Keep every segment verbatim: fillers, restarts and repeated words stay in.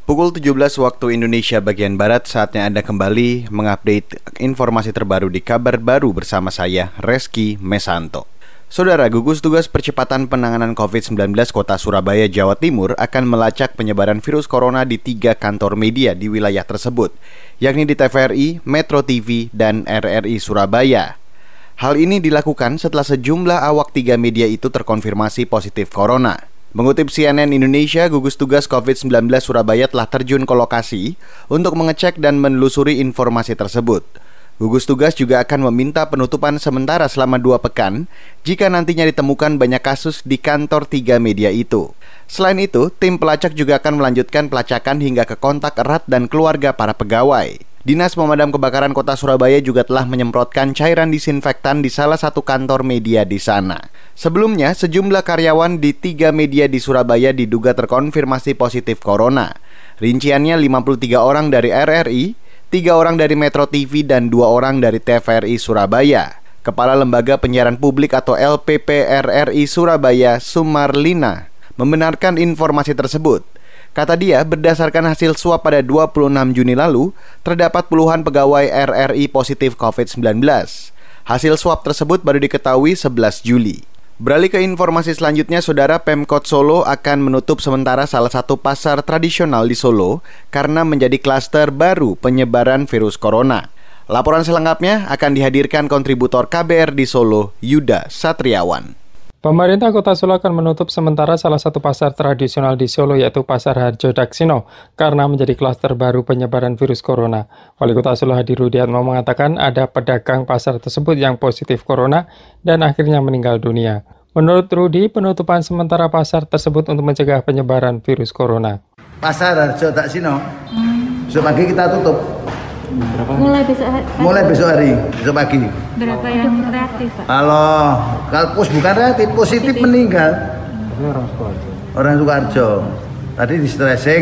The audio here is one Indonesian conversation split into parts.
Pukul tujuh belas waktu Indonesia bagian Barat, saatnya Anda kembali mengupdate informasi terbaru di Kabar Baru bersama saya, Reski Mesanto. Saudara, gugus tugas percepatan penanganan covid sembilan belas Kota Surabaya, Jawa Timur akan melacak penyebaran virus corona di tiga kantor media di wilayah tersebut, yakni di T V R I, Metro T V, dan R R I Surabaya. Hal ini dilakukan setelah sejumlah awak tiga media itu terkonfirmasi positif corona. Mengutip C N N Indonesia, gugus tugas covid sembilan belas Surabaya telah terjun ke lokasi untuk mengecek dan menelusuri informasi tersebut. Gugus tugas juga akan meminta penutupan sementara selama dua pekan jika nantinya ditemukan banyak kasus di kantor tiga media itu. Selain itu, tim pelacak juga akan melanjutkan pelacakan hingga ke kontak erat dan keluarga para pegawai. Dinas Pemadam Kebakaran Kota Surabaya juga telah menyemprotkan cairan disinfektan di salah satu kantor media di sana. Sebelumnya, sejumlah karyawan di tiga media di Surabaya diduga terkonfirmasi positif corona. Rinciannya lima puluh tiga orang dari R R I, tiga orang dari Metro T V, dan dua orang dari T V R I Surabaya. Kepala Lembaga Penyiaran Publik atau L P P R R I Surabaya, Sumarlina, membenarkan informasi tersebut. Kata dia, berdasarkan hasil swab pada dua puluh enam Juni lalu, terdapat puluhan pegawai R R I positif covid sembilan belas. Hasil swab tersebut baru diketahui sebelas Juli. Beralih ke informasi selanjutnya, Saudara, Pemkot Solo akan menutup sementara salah satu pasar tradisional di Solo karena menjadi klaster baru penyebaran virus corona. Laporan selengkapnya akan dihadirkan kontributor K B R di Solo, Yuda Satriawan. Pemerintah Kota Solo akan menutup sementara salah satu pasar tradisional di Solo, yaitu Pasar Harjo Daksino, karena menjadi klaster baru penyebaran virus corona. Wali Kota Solo Hadi Rudiatmo mengatakan ada pedagang pasar tersebut yang positif corona dan akhirnya meninggal dunia. Menurut Rudi, penutupan sementara pasar tersebut untuk mencegah penyebaran virus corona. Pasar Harjo Daksino, hmm. besok pagi kita tutup. Berapa? Mulai besok hari. Mulai besok hari, besok pagi. Berapa yang reaktif, Pak? Kalau kalpus bukan reaktif, positif, positif. Meninggal. Ini orang Sukoharjo. Orang Sukoharjo. Tadi di stressing,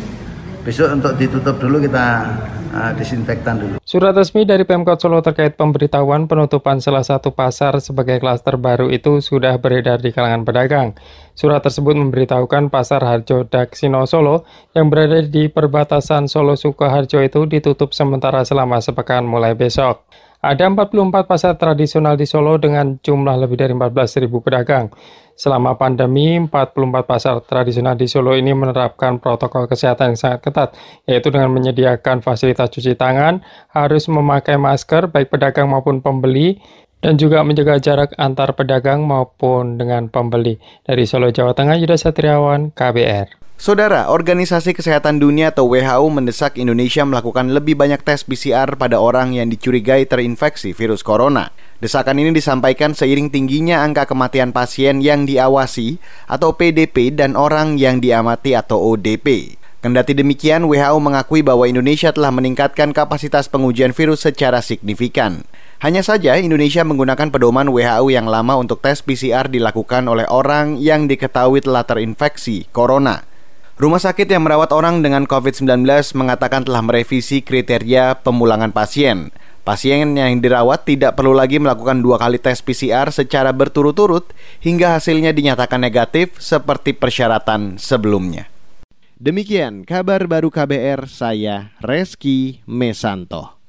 besok untuk ditutup dulu kita uh, disinfektan dulu. Surat resmi dari Pemkot Solo terkait pemberitahuan penutupan salah satu pasar sebagai klaster baru itu sudah beredar di kalangan pedagang. Surat tersebut memberitahukan Pasar Harjo Daksino Solo yang berada di perbatasan Solo Sukoharjo itu ditutup sementara selama sepekan mulai besok. Ada empat puluh empat pasar tradisional di Solo dengan jumlah lebih dari empat belas ribu pedagang. Selama pandemi, empat puluh empat pasar tradisional di Solo ini menerapkan protokol kesehatan yang sangat ketat, yaitu dengan menyediakan fasilitas cuci tangan, harus memakai masker baik pedagang maupun pembeli, dan juga menjaga jarak antar pedagang maupun dengan pembeli. Dari Solo, Jawa Tengah, Yuda Satriawan, K B R. Saudara, Organisasi Kesehatan Dunia atau W H O mendesak Indonesia melakukan lebih banyak tes P C R pada orang yang dicurigai terinfeksi virus corona. Desakan ini disampaikan seiring tingginya angka kematian pasien yang diawasi atau P D P dan orang yang diamati atau O D P. Kendati demikian, W H O mengakui bahwa Indonesia telah meningkatkan kapasitas pengujian virus secara signifikan. Hanya saja, Indonesia menggunakan pedoman W H O yang lama untuk tes P C R dilakukan oleh orang yang diketahui telah terinfeksi corona. Rumah sakit yang merawat orang dengan covid sembilan belas mengatakan telah merevisi kriteria pemulangan pasien. Pasien yang dirawat tidak perlu lagi melakukan dua kali tes P C R secara berturut-turut hingga hasilnya dinyatakan negatif seperti persyaratan sebelumnya. Demikian kabar baru K B R, saya Reski Mesanto.